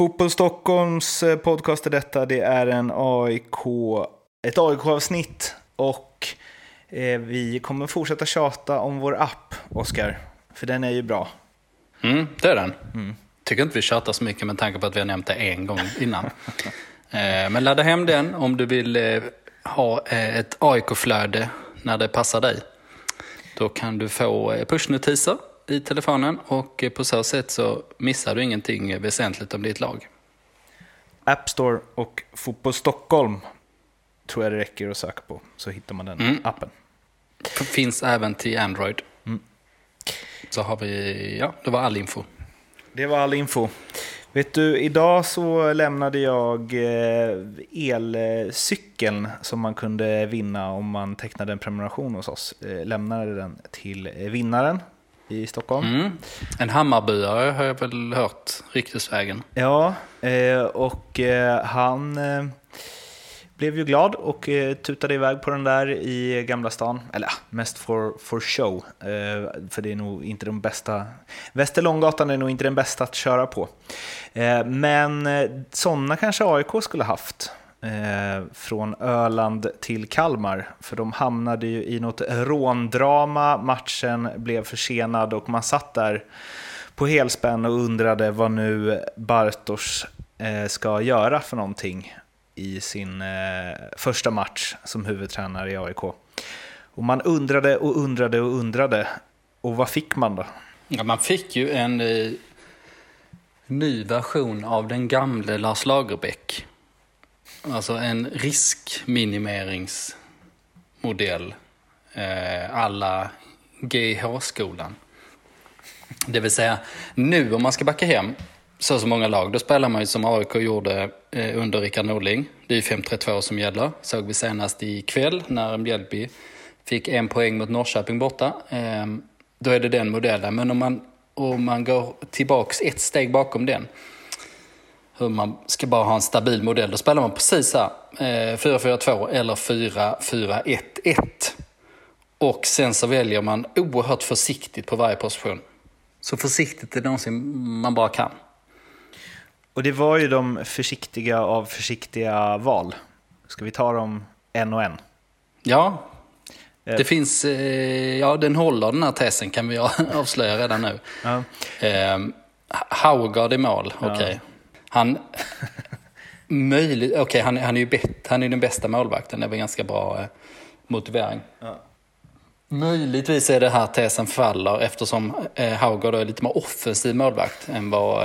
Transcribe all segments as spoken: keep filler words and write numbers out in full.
Fotboll Stockholms podcast är detta. Det är en A I K, ett A I K-avsnitt och eh, vi kommer fortsätta tjata om vår app, Oskar, för den är ju bra. Mm, det är den. Mm. Tycker inte vi tjatar så mycket med tanke på att vi har nämnt det en gång innan. eh, men ladda hem den om du vill eh, ha eh, ett A I K-flöde när det passar dig. Då kan du få eh, pushnotiser i telefonen och på så sätt så missar du ingenting väsentligt om ditt lag. App Store och Fotboll Stockholm tror jag det räcker att söka på, så hittar man den mm. appen. Finns även till Android. Mm. Så har vi, ja, det var all info. Det var all info. Vet du, idag så lämnade jag elcykeln som man kunde vinna om man tecknade en prenumeration hos oss. Lämnade den till vinnaren i Stockholm. Mm. En Hammarbyare har jag väl hört ryktesvägen. Ja, och han blev ju glad och tutade iväg på den där i Gamla stan. Eller ja, mest for, for show. För det är nog inte de bästa. Västerlånggatan är nog inte den bästa att köra på. Men sådana kanske A I K skulle haft. Från Öland till Kalmar. För de hamnade ju i något råndrama. Matchen blev försenad och man satt där på helspänn och undrade vad nu Bartosz ska göra för någonting i sin eh, första match som huvudtränare i A I K. Och man undrade och undrade och undrade. Och vad fick man då? Ja, man fick ju en eh, ny version av den gamla Lars Lagerbäck. Alltså en riskminimeringsmodell. Eh, alla G H-skolan. Det vill säga, nu om man ska backa hem så så många lag, då spelar man ju som A I K gjorde eh, under Rickard Norling. Det är ju fem tre två som gäller. Såg vi senast i kväll när Mjällby fick en poäng mot Norrköping borta. Eh, då är det den modellen. Men om man, om man går tillbaks ett steg bakom den, hur man ska bara ha en stabil modell, då spelar man precis här. Eh, fyra fyra två eller fyra fyra ett ett. Och sen så väljer man oerhört försiktigt på varje position. Så försiktigt det någonsin man bara kan. Och det var ju de försiktiga av försiktiga val. Ska vi ta dem en och en? Ja, det eh. finns, eh, ja den håller den här tesen kan vi avslöja redan nu. Ja. Eh, Haugard i mål, okej. Okay. Ja. Han, möjligt, okay, han, han är ju bett, han är den bästa målvakten, det var ganska bra eh, motivering. Ja. Möjligtvis är det här tesen faller eftersom eh, Haugard är lite mer offensiv målvakt än vad...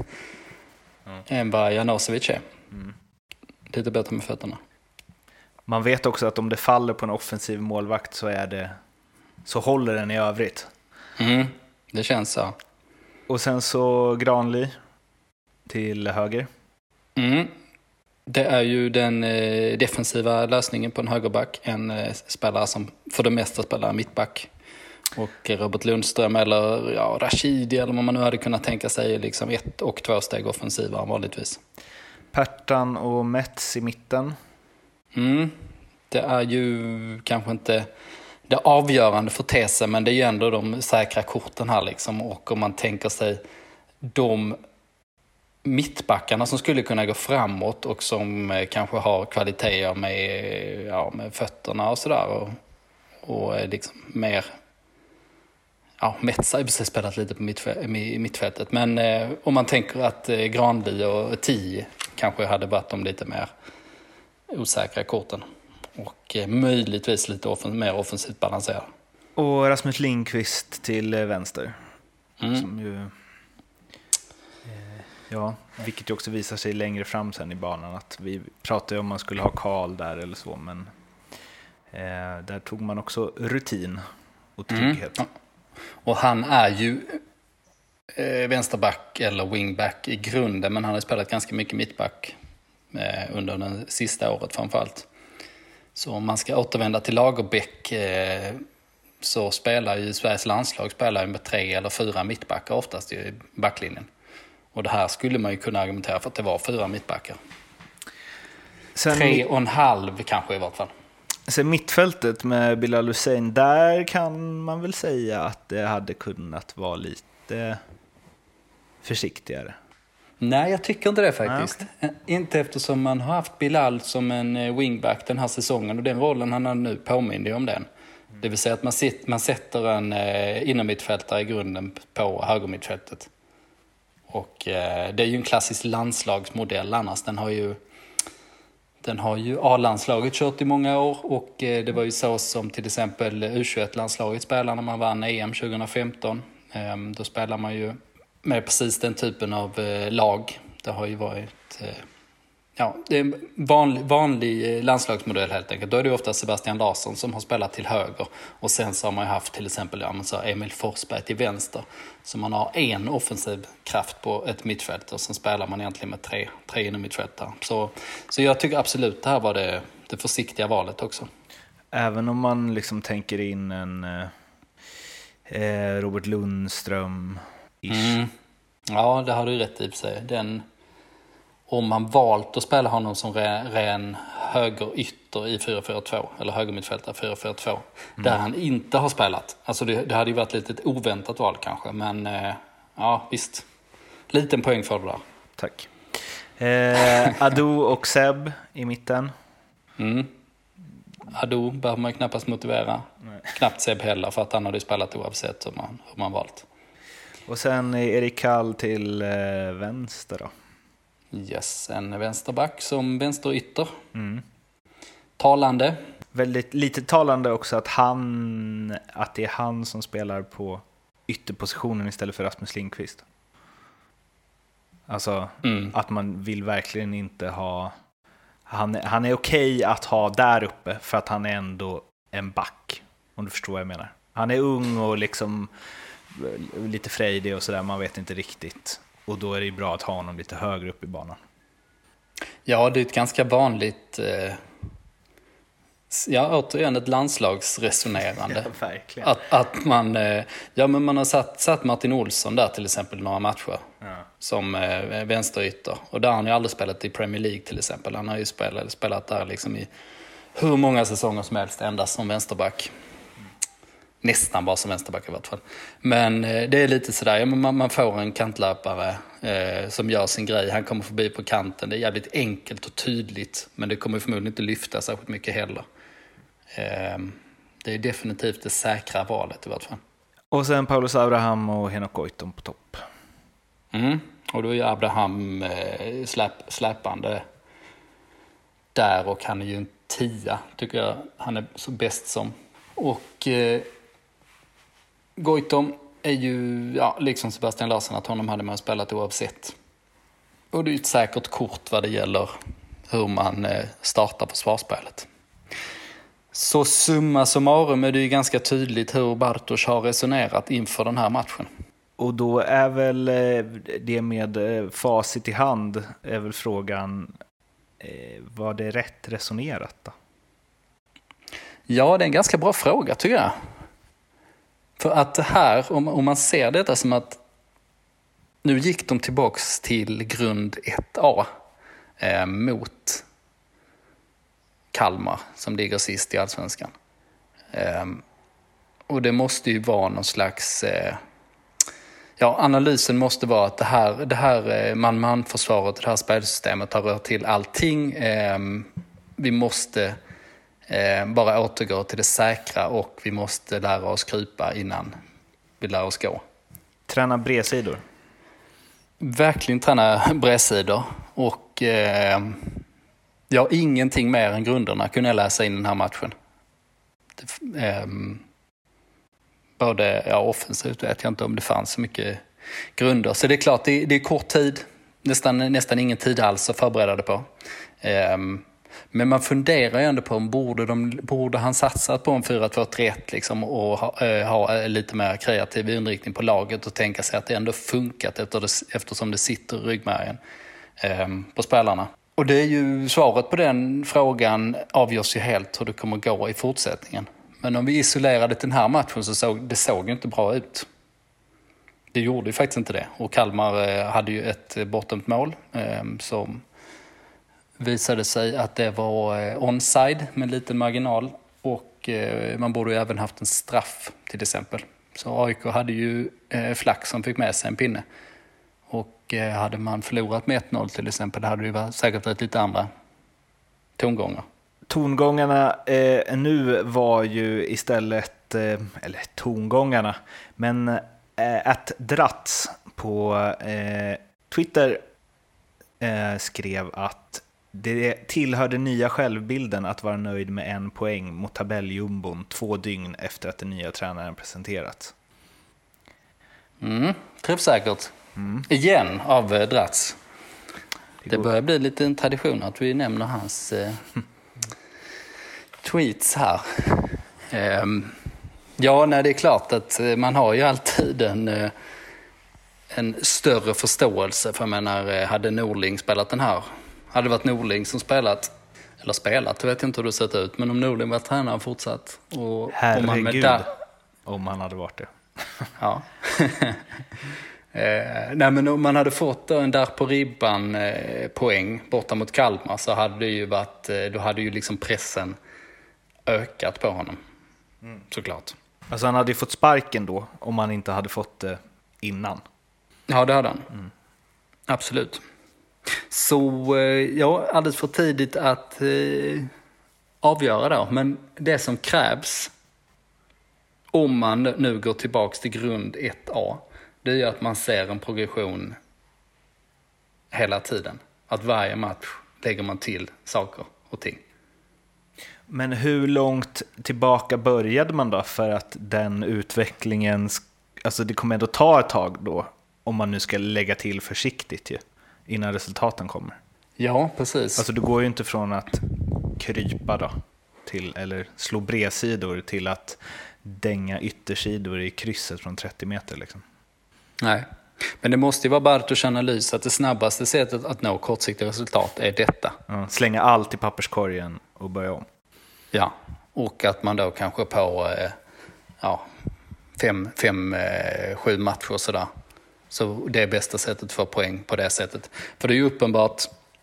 Mm. än vad Janosevic är. Mm. Lite bättre med fötterna. Man vet också att om det faller på en offensiv målvakt så är det så håller den i övrigt. Mm. Det känns så. Och sen så Granli till höger. Mm. Det är ju den eh, defensiva lösningen på en högerback. En eh, spelare som för det mesta spelar mittback. Och Robert Lundström eller ja, Rashidi eller vad man nu hade kunnat tänka sig liksom ett och två steg offensiva vanligtvis. Pertan och Mets i mitten. Mm. Det är ju kanske inte det avgörande för tesen, men det är ju ändå de säkra korten här liksom. Och om man tänker sig de mittbackarna som skulle kunna gå framåt och som kanske har kvaliteter med, ja, med fötterna och sådär och, och liksom mer... Ja, Mets har ju precis spelat lite på mittfält, mittfältet. Men eh, om man tänker att eh, Granli och Tio kanske hade varit de lite mer osäkra korten. Och eh, möjligtvis lite offen- mer offensivt balanserad. Och Rasmus Lindqvist till eh, vänster. Mm. Som ju, eh, ja, vilket ju också visar sig längre fram sen i banan. Att vi pratade om man skulle ha Karl där eller så. Men eh, där tog man också rutin och trygghet. Mm. Ja. Och han är ju eh, vänsterback eller wingback i grunden, men han har spelat ganska mycket mittback eh, under det sista året framförallt. Så om man ska återvända till Lagerbäck eh, så spelar ju Sveriges landslag spelar ju med tre eller fyra mittbackar oftast i backlinjen. Och det här skulle man ju kunna argumentera för att det var fyra mittbackar. Sen tre och en halv kanske i vart fall. Sen mittfältet med Bilal Hussein, där kan man väl säga att det hade kunnat vara lite försiktigare. Nej, jag tycker inte det faktiskt. Ah, okay. Inte eftersom man har haft Bilal som en wingback den här säsongen. Och den rollen han har nu påminner ju om den. Mm. Det vill säga att man, sitter, man sätter en eh, innermittfältare i grunden på högermittfältet. Och eh, det är ju en klassisk landslagsmodell annars. Den har ju, den har ju A-landslaget kört i många år. Och eh, det var ju så som till exempel U tjugoett-landslaget spelade när man vann E M tjugohundrafemton. Eh, då spelar man ju med precis den typen av eh, lag. Det har ju varit eh, ja, det är en vanlig, vanlig landslagsmodell helt enkelt. Då är det ofta Sebastian Larsson som har spelat till höger. Och sen så har man ju haft till exempel ja, man så Emil Forsberg till vänster. Så man har en offensiv kraft på ett mittfält och sen spelar man egentligen med tre, tre inom mittfältare. Så, så jag tycker absolut det här var det, det försiktiga valet också. Även om man liksom tänker in en eh, Robert Lundström. Mm. Ja, det har du rätt i sig. Den, om man valt att spela honom som ren, ren högerytter i fyra fyra två eller högermittfältare fyra fyra två mm. där han inte har spelat. Alltså det, det hade ju varit lite ett oväntat val kanske, men eh, ja visst. Liten poäng för det där. Tack. Eh, Adu och Seb i mitten. Mm. Adu behöver man knappast motivera. Nej. Knappt Seb heller för att han hade spelat oavsett hur man, hur man valt. Och sen Erik Kall till eh, vänster då. Yes, en vänsterback som vänsterytter. Mm. Talande. Väldigt lite talande också att han att det är han som spelar på ytterpositionen istället för Rasmus Lindqvist. Alltså mm. att man vill verkligen inte ha han, han är okej att ha där uppe för att han är ändå en back, om du förstår vad jag menar. Han är ung och liksom lite frejdig och sådär, man vet inte riktigt. Och då är det bra att ha honom lite högre upp i banan. Ja, det är ett ganska vanligt eh, ja, återigen ett landslagsresonerande. Ja, verkligen. Att, att man eh, ja, men man har satt, satt Martin Olsson där till exempel några matcher ja. som eh, vänsterytter. Och där har han ju aldrig spelat i Premier League till exempel. Han har ju spelat, spelat där liksom i hur många säsonger som helst endast som vänsterback. Nästan bara som vänsterback i vart fall. Men eh, det är lite sådär, ja, man, man får en kantlöpare eh, som gör sin grej. Han kommer förbi på kanten. Det är jävligt enkelt och tydligt. Men det kommer förmodligen inte lyfta särskilt mycket heller. Eh, det är definitivt det säkra valet i vart fall. Och sen Paulus Abraham och Henok Goitom på topp. Mm. Och då är Abraham eh, släp, släpande där. Och han är ju en tia, tycker jag. Han är så bäst som. Och eh, Goitom är ju, ja, liksom Sebastian Larsson, att honom hade man spelat oavsett. Och det är ju ett säkert kort vad det gäller hur man eh, startar försvarsspelet. Så summa summarum är det ju ganska tydligt hur Bartosz har resonerat inför den här matchen. Och då är väl eh, det med eh, facit i hand är väl frågan, eh, var det rätt resonerat då? Ja, det är en ganska bra fråga tycker jag. För att här, om, om man ser detta som att nu gick de tillbaks till grund ett A eh, mot Kalmar som ligger sist i Allsvenskan. Eh, och det måste ju vara någon slags... Eh, ja, analysen måste vara att det här, det här man-man-försvaret, det här spelsystemet har rört till allting. Eh, vi måste... Eh, bara återgå till det säkra och vi måste lära oss krypa innan vi lär oss gå. Träna bredsidor. Verkligen träna bredsidor. Och eh, ja, ingenting mer än grunderna kunde jag läsa in den här matchen. Det, eh, både ja, offensivt vet jag inte om det fanns så mycket grunder. Så det är klart, det, det är kort tid. Nästan, nästan ingen tid alls att förbereda det på. Eh, Men man funderar ju ändå på om borde, de, borde han satsat på en fyra två tre ett liksom, och ha, äh, ha lite mer kreativ inriktning på laget och tänka sig att det ändå funkat efter det, eftersom det sitter i ryggmärgen äh, på spelarna. Och det är ju svaret på den frågan avgörs ju helt hur det kommer gå i fortsättningen. Men om vi isolerade den här matchen så såg det såg ju inte bra ut. Det gjorde ju faktiskt inte det. Och Kalmar äh, hade ju ett bortdömt mål äh, som... visade sig att det var onside med liten marginal och eh, man borde ju även haft en straff till exempel. Så A I K hade ju eh, Flack som fick med sig en pinne. Och Och eh, hade man förlorat med ett noll till exempel, det hade det ju säkert varit lite andra tongångar. Tongångarna eh, nu var ju istället, eh, eller tongångarna, men eh, att Dratz på eh, Twitter eh, skrev att det tillhör den nya självbilden att vara nöjd med en poäng mot tabelljumbon två dygn efter att den nya tränaren presenterats. Mm, träffsäkert. Mm. Igen av eh, Dratz. Det, det börjar bli lite en tradition att vi nämner hans eh, tweets här. Um, ja, nej, det är klart att man har ju alltid en, en större förståelse. För jag menar, hade Norling spelat den här, hade det varit Norling som spelat, eller spelat, jag vet inte hur det sett ut, men om Norling var tränare fortsatt. Och, Herregud, om, man där, om han hade varit det. Ja. eh, nej, men om man hade fått en där på ribban eh, poäng borta mot Kalmar, så hade det ju varit, då hade ju liksom pressen ökat på honom. Mm. Såklart. Alltså han hade ju fått sparken då om han inte hade fått det innan. Ja, det hade han. Mm. Absolut. Så ja, alldeles för tidigt att eh, avgöra då. Men det som krävs om man nu går tillbaks till grund ett A, det är ju att man ser en progression hela tiden. Att varje match lägger man till saker och ting. Men hur långt tillbaka började man då för att den utvecklingen, alltså det kommer ändå ta ett tag då, om man nu ska lägga till försiktigt ju, innan resultaten kommer. Ja, precis. Alltså det går ju inte från att krypa då till, eller slå bredsidor till att dänga yttersidor i krysset från trettio meter liksom. Nej, men det måste ju vara Bartosz analys att det snabbaste sättet att nå kortsiktiga resultat är detta. Ja, slänga allt i papperskorgen och börja om. Ja, och att man då kanske på eh, ja, fem, fem eh, sju matcher sådär. Så det är bästa sättet för poäng på det sättet. För det är ju uppenbart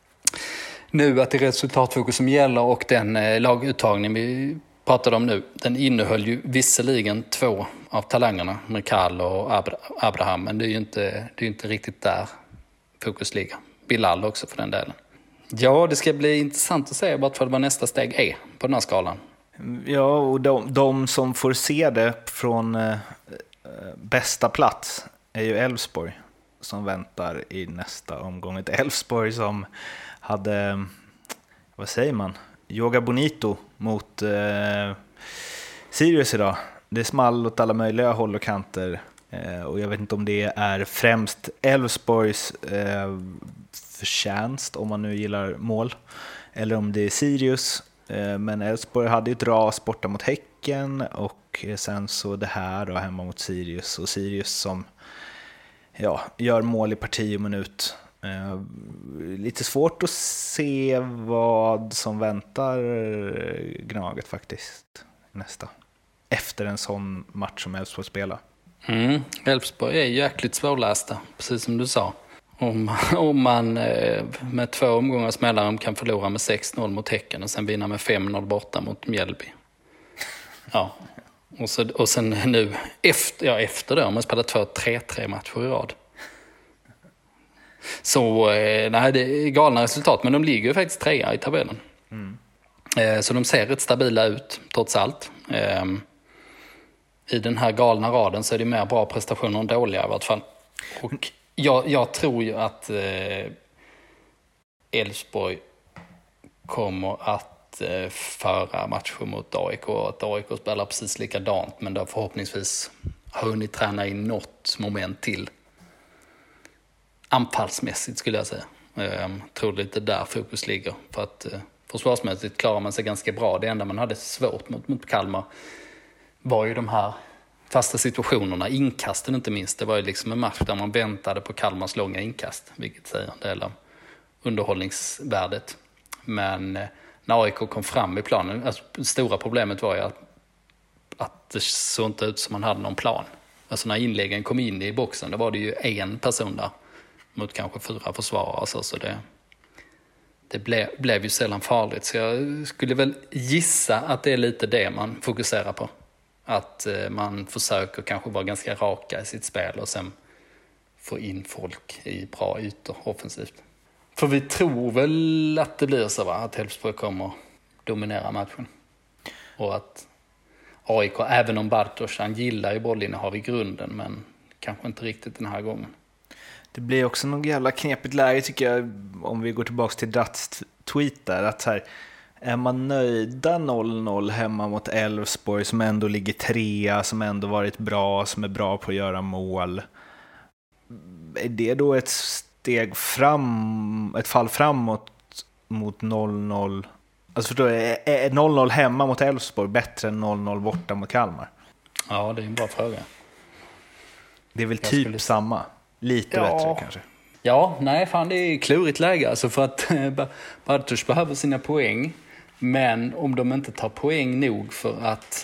nu att det är resultatfokus som gäller, och den eh, laguttagning vi pratade om nu, den innehöll ju visserligen två av talangerna, Mikael och Abra- Abraham, men det är ju inte, det är inte riktigt där fokus ligger. Bilal också för den delen. Ja, det ska bli intressant att se vad nästa steg är på den här skalan. Ja, och de, de som får se det från eh, bästa plats är ju Elfsborg som väntar i nästa omgång. Ett Elfsborg som hade, vad säger man, Yoga Bonito mot eh, Sirius idag. Det small åt alla möjliga håll och kanter. Eh, och jag vet inte om det är främst Elfsborgs eh, förtjänst, om man nu gillar mål, eller om det är Sirius. Eh, men Elfsborg hade ju ett ras borta mot Häcken, och sen så det här då hemma mot Sirius. Och Sirius som ja, gör mål i parti och minut. Eh, lite svårt att se vad som väntar Gnaget faktiskt nästa. Efter en sån match som Elfsborg spelar. Mm, Elfsborg är jäkligt svårlästa, precis som du sa. Om, om man eh, med två omgångar mellanrum kan förlora med sex noll mot Häcken och sen vinna med fem noll borta mot Mjällby. Ja, och, så, och sen nu efter, ja, efter det har man spelat två tre tre matcher i rad. Så eh, nej, det är galna resultat, men de ligger ju faktiskt trea i tabellen. Mm. Eh, så de ser rätt stabila ut trots allt. Eh, I den här galna raden så är det mer bra prestationer än dåliga i vart fall. Och jag, jag tror ju att Elfsborg eh, kommer att eh, föra matcher mot A I K, och att A I K spelar precis likadant, men då förhoppningsvis har hunnit träna in något moment till. Anfallsmässigt skulle jag säga. Eh, tror lite där fokus ligger. För att eh, försvarsmässigt klarar man sig ganska bra. Det enda man hade svårt mot, mot Kalmar var ju de här fasta situationerna, inkasten inte minst. Det var ju liksom en match där man väntade på Kalmars långa inkast, vilket säger en del om underhållningsvärdet. Men när A I K kom fram i planen, alltså, det stora problemet var ju att, att det såg inte ut som man hade någon plan. Alltså när inläggen kom in i boxen, då var det ju en person där mot kanske fyra försvarare. Alltså, så det, det ble, blev ju sällan farligt. Så jag skulle väl gissa att det är lite det man fokuserar på. Att man försöker kanske vara ganska raka i sitt spel och sen få in folk i bra ytor offensivt. För vi tror väl att det blir så, va? Att Elfsborg kommer dominera matchen. Och att A I K, även om Bartosz, han gillar ju bollinnehav i grunden, men kanske inte riktigt den här gången. Det blir också något jävla knepigt läge tycker jag, om vi går tillbaka till Dratts tweet där, att så här, är man nöjda noll noll hemma mot Elfsborg som ändå ligger trea, som ändå varit bra, som är bra på att göra mål, är det då ett steg fram, ett fall framåt mot noll noll? Alltså förstår jag, är noll noll hemma mot Elfsborg bättre än noll noll borta mot Kalmar? Ja, det är en bra fråga. Det är väl Jag typ skulle... samma, lite ja. bättre kanske. Ja, nej fan, det är klurigt läge alltså, för att Bartosz behöver sina poäng, men om de inte tar poäng nog för att,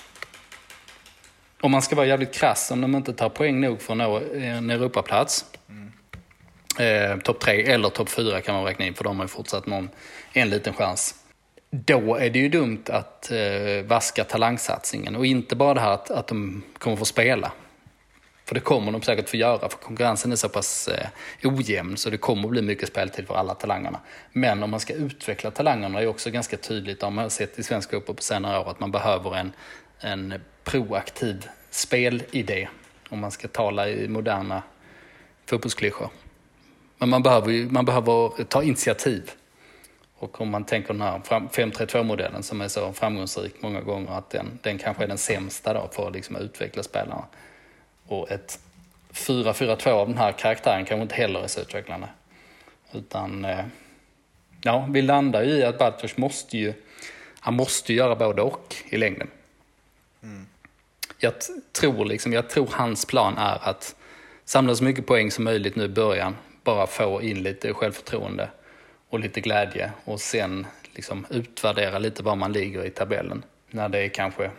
om man ska vara jävligt krass, om de inte tar poäng nog för att nå en Europaplats, mm. eh, topp tre eller topp fyra kan man räkna in, för de har ju fortsatt någon, en liten chans. Då är det ju dumt att eh, vaska talangsatsningen, och inte bara det här att, att de kommer få spela. För det kommer de säkert få göra, för konkurrensen är så pass eh, ojämn, så det kommer att bli mycket speltid för alla talangerna. Men om man ska utveckla talangerna, är det också ganska tydligt, om man har sett i svenska fotboll på senare år, att man behöver en, en proaktiv spelidé, om man ska tala i moderna fotbollsklyschor. Men man behöver, man behöver ta initiativ. Och om man tänker den här fem tre två-modellen som är så framgångsrik många gånger, att den, den kanske är den sämsta då för att liksom utveckla spelarna. Och ett fyra fyra två av den här karaktären kanske inte heller är så utvecklande. Utan, eh, ja, vi landar ju i att Bartosz måste ju, han måste ju göra både och i längden. Mm. Jag t- tror liksom, jag tror hans plan är att samla så mycket poäng som möjligt nu i början. Bara få in lite självförtroende och lite glädje. Och sen liksom utvärdera lite var man ligger i tabellen. När det är kanske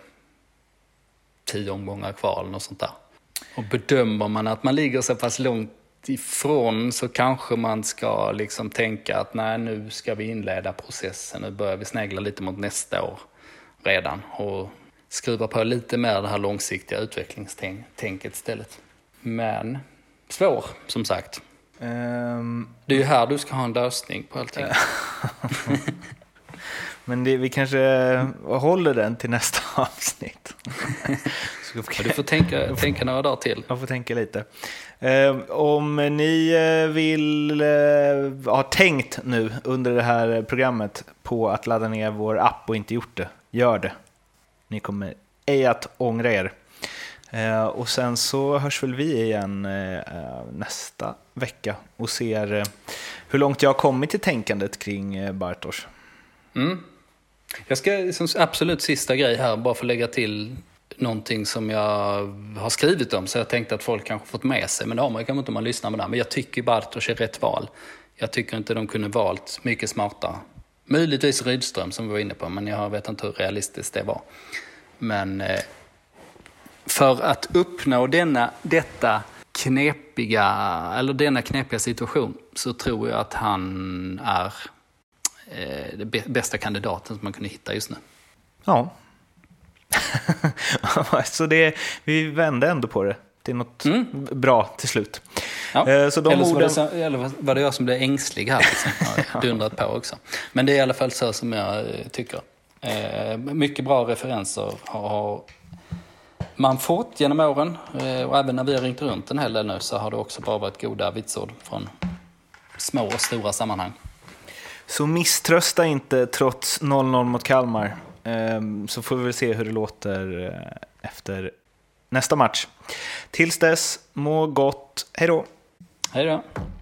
tio omgångar kvar eller något sånt där. Och bedömer man att man ligger så pass långt ifrån, så kanske man ska liksom tänka att nej, nu ska vi inleda processen. Nu börjar vi snegla lite mot nästa år redan. Och skruva på lite mer det här långsiktiga utvecklingstänket istället. Men svår, som sagt. Um... Det är ju här du ska ha en lösning på allting. Men det, vi kanske håller den till nästa avsnitt. Så ja, du får tänka, tänka några dagar till. Jag får tänka lite. Eh, om ni vill eh, ha tänkt nu under det här programmet på att ladda ner vår app och inte gjort det, gör det. Ni kommer ej att ångra er. Eh, och sen så hörs väl vi igen eh, nästa vecka och ser eh, hur långt jag har kommit i tänkandet kring eh, Bartosz. Mm. Jag ska som absolut sista grej här bara få lägga till någonting som jag har skrivit om, så jag tänkte att folk kanske fått med sig, men det har man kanske inte om man lyssnar med det. Men jag tycker Bartosz är rätt val. Jag tycker inte de kunde valt mycket smartare. Möjligtvis Rydström som vi var inne på, men jag vet inte hur realistiskt det var. Men eh, för att uppnå denna, detta knepiga, eller denna knepiga situation, så tror jag att han är eh, det bästa kandidaten som man kunde hitta just nu. Ja. Så det, vi vände ändå på det. Det är något mm. bra till slut. Ja. Så de eller, så orden... var det, eller var det jag som blev ängslig här? Liksom. Jag dundrat på också. Men det är i alla fall så som jag tycker. Eh, mycket bra referenser har man fått genom åren. Eh, och även när vi har ringt runt en hel del nu, så har det också bara varit goda vitsord från små och stora sammanhang. Så misströsta inte trots noll noll mot Kalmar. Eh, så får vi väl se hur det låter efter nästa match. Tills dess, må gott. Hej då! Hej då!